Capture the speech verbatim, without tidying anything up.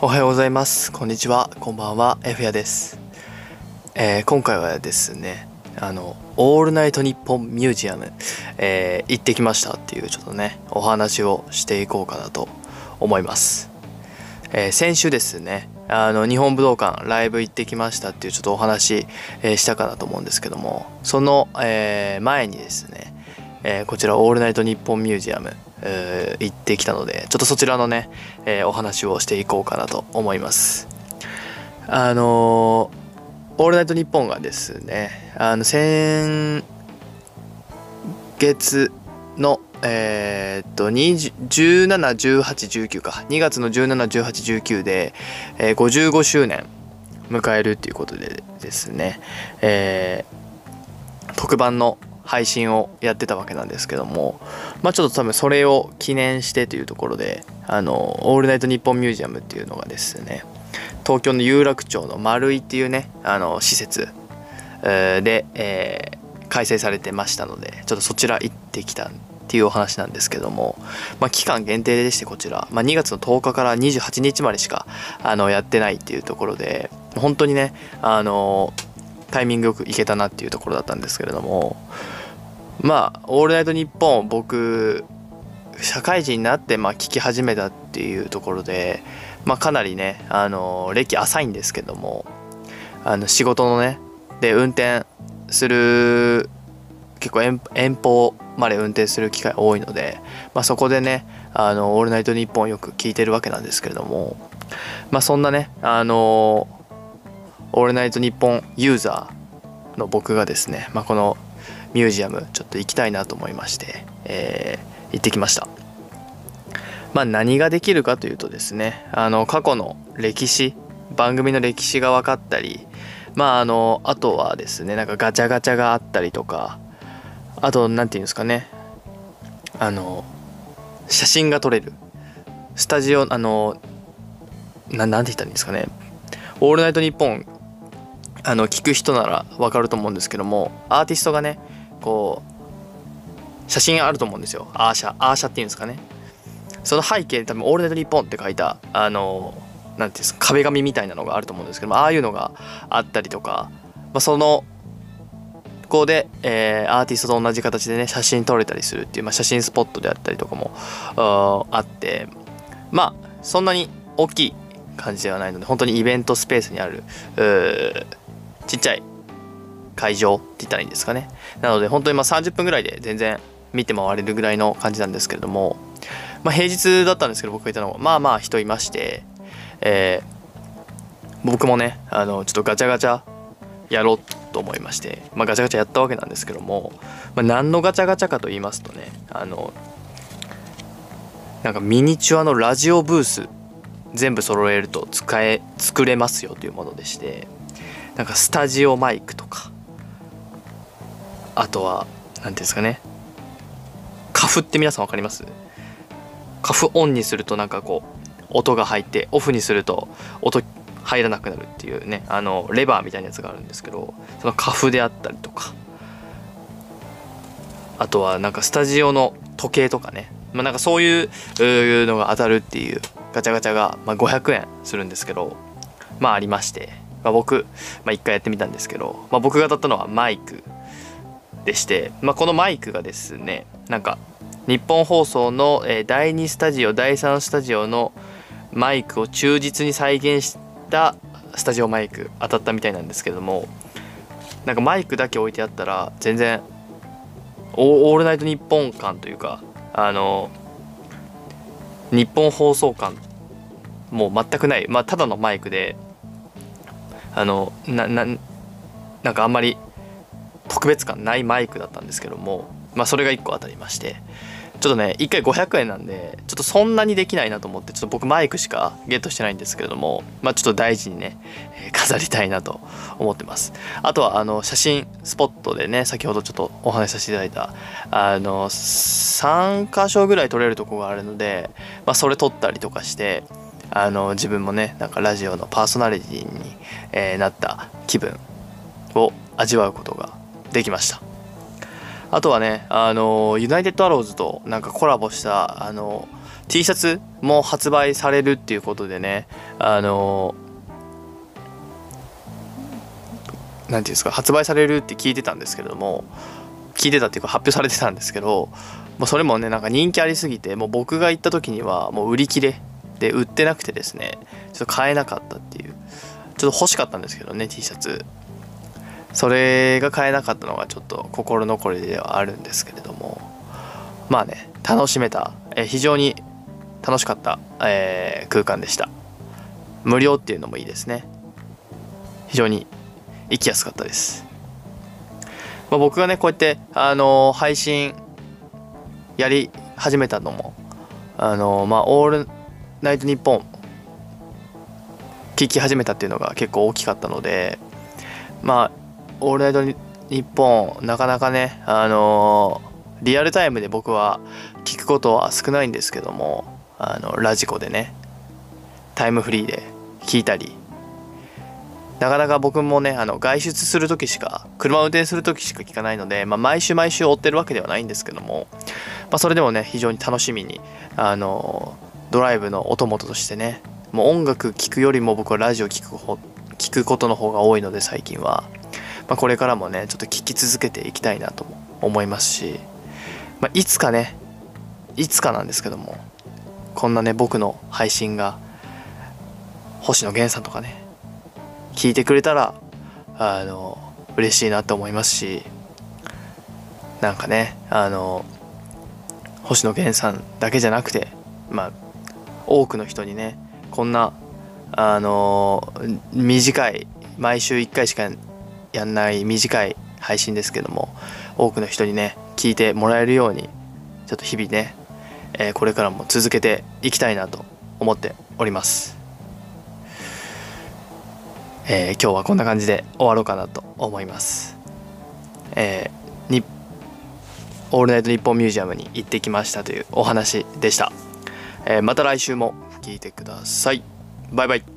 おはようございます。こんにちは。こんばんは。F やです。えー、今回はですね、あのオールナイトニッポンミュージアム、えー、行ってきましたっていうちょっとねお話をしていこうかなと思います。えー、先週ですね、あの日本武道館ライブ行ってきましたっていうちょっとお話、えー、したかなと思うんですけども、その、えー、前にですね、えー、こちらオールナイトニッポンミュージアム行ってきたので、ちょっとそちらのね、えー、お話をしていこうかなと思います。あのー、オールナイトニッポンがですね、あの先月のえー、っとじゅうなな、じゅうはち、じゅうきゅうかにがつのじゅうなな、じゅうはち、じゅうきゅうで、えー、ごじゅうごしゅうねん迎えるっていうことでですね、えー、特番の配信をやってたわけなんですけども、まあちょっと多分それを記念してというところで、あのオールナイトニッポンミュージアムっていうのがですね、東京の有楽町の丸井っていうねあの施設で、えー、開催されてましたので、ちょっとそちら行ってきたっていうお話なんですけども、まあ、期間限定でしてこちら、まあ、にがつのとおかからにじゅうはちにちまでしかあのやってないっていうところで、本当にねあのタイミングよく行けたなっていうところだったんですけれども、まあオールナイトニッポン僕社会人になってまあ聞き始めたっていうところで、まあかなりねあの歴浅いんですけども、あの仕事のねで運転する結構 遠, 遠方まで運転する機会多いので、まあ、そこでねあのオールナイトニッポンよく聞いてるわけなんですけれども、まあそんなねあのオールナイトニッポンユーザーの僕がですね、まあ、このミュージアムちょっと行きたいなと思いまして、えー、行ってきました。まあ何ができるかというとですね、あの過去の歴史番組の歴史が分かったり、まああのあとはですねなんかガチャガチャがあったりとか、あとなんていうんですかね、あの写真が撮れるスタジオ、あのななんて言ったらいいんですかね、オールナイトニッポンあの聞く人なら分かると思うんですけども、アーティストがねこう写真あると思うんですよ。アーシャアーシャっていうんですかね。その背景に多分オールナイトニッポンって書いたあのなんていうんですか壁紙みたいなのがあると思うんですけども、ああいうのがあったりとか、まあ、そのここで、えー、アーティストと同じ形でね写真撮れたりするっていう、まあ、写真スポットであったりとかも あ, あってまあそんなに大きい感じではないので、本当にイベントスペースにあるちっちゃい会場って言ったらいいんですかね。なので本当にまあさんじゅっぷんぐらいで全然見て回れるぐらいの感じなんですけれども、まあ、平日だったんですけど僕がいたのはまあまあ人いまして、えー、僕もねあのちょっとガチャガチャやろうと思いまして、まあ、ガチャガチャやったわけなんですけども、まあ、何のガチャガチャかと言いますとね、あのなんかミニチュアのラジオブース全部揃えると使え作れますよというものでして、なんかスタジオマイクとか、あとは何ていうんですかね、カフって皆さん分かります？カフオンにするとなんかこう音が入って、オフにすると音入らなくなるっていうね、あのレバーみたいなやつがあるんですけど、そのカフであったりとか、あとはなんかスタジオの時計とかね、まあ、なんかそういうのが当たるっていうガチャガチャがまあごひゃくえんするんですけど、まあありまして、まあ、僕、まあ、一回やってみたんですけど、まあ、僕が当たったのはマイクでして、まあ、このマイクがですねなんか日本放送のだいにスタジオだいさんスタジオのマイクを忠実に再現したスタジオマイク当たったみたいなんですけども、なんかマイクだけ置いてあったら全然オールナイトニッポン感というか、あの日本放送感もう全くない、まあただのマイクで、あのなななんかあんまり特別感ないマイクだったんですけども、まあそれがいっこ当たりまして、ちょっとねいっかいごひゃくえんなんでちょっとそんなにできないなと思って、ちょっと僕マイクしかゲットしてないんですけれども、まあちょっと大事にね飾りたいなと思ってます。あとはあの写真スポットでね、先ほどちょっとお話しさせていただいたあのさんかしょぐらい撮れるとこがあるので、まあそれ撮ったりとかして、あの自分もねなんかラジオのパーソナリティに、えー、なった気分を味わうことができました。 あとはね、あのユナイテッドアローズとなんかコラボしたあの T シャツも発売されるっていうことでね、あのなんていうんですか、発売されるって聞いてたんですけれども、聞いてたっていうか発表されてたんですけど、もうそれもねなんか人気ありすぎて、もう僕が行った時にはもう売り切れで売ってなくてですね、ちょっと買えなかったっていう、ちょっと欲しかったんですけどね T シャツ、それが買えなかったのがちょっと心残りではあるんですけれども、まあね楽しめた、えー、非常に楽しかった、えー、空間でした。無料っていうのもいいですね。非常に行きやすかったです。まあ、僕がねこうやって、あのー、配信やり始めたのも、あのー、まあオールナイトニッポン聞き始めたっていうのが結構大きかったので、まあオールナイトニッポンなかなかね、あのー、リアルタイムで僕は聞くことは少ないんですけども、あのラジコでねタイムフリーで聞いたり、なかなか僕もねあの外出する時しか、車を運転する時しか聞かないので、まあ、毎週毎週追ってるわけではないんですけども、まあ、それでもね非常に楽しみに、あのドライブのお供としてね、もう音楽聴くよりも僕はラジオ聴くほ聞くことの方が多いので最近は、まあ、これからもねちょっと聞き続けていきたいなとも思いますし、まあ、いつかねいつかなんですけども、こんなね僕の配信が星野源さんとかね聞いてくれたらあの嬉しいなと思いますし、なんかねあの星野源さんだけじゃなくて、まあ多くの人にねこんなあの短い、毎週いっかいしかやんない短い配信ですけども、多くの人にね聞いてもらえるようにちょっと日々ね、えー、これからも続けていきたいなと思っております。えー、今日はこんな感じで終わろうかなと思います。えー、にオールナイトニッポンミュージアムに行ってきましたというお話でした。えー、また来週も聞いてください。バイバイ。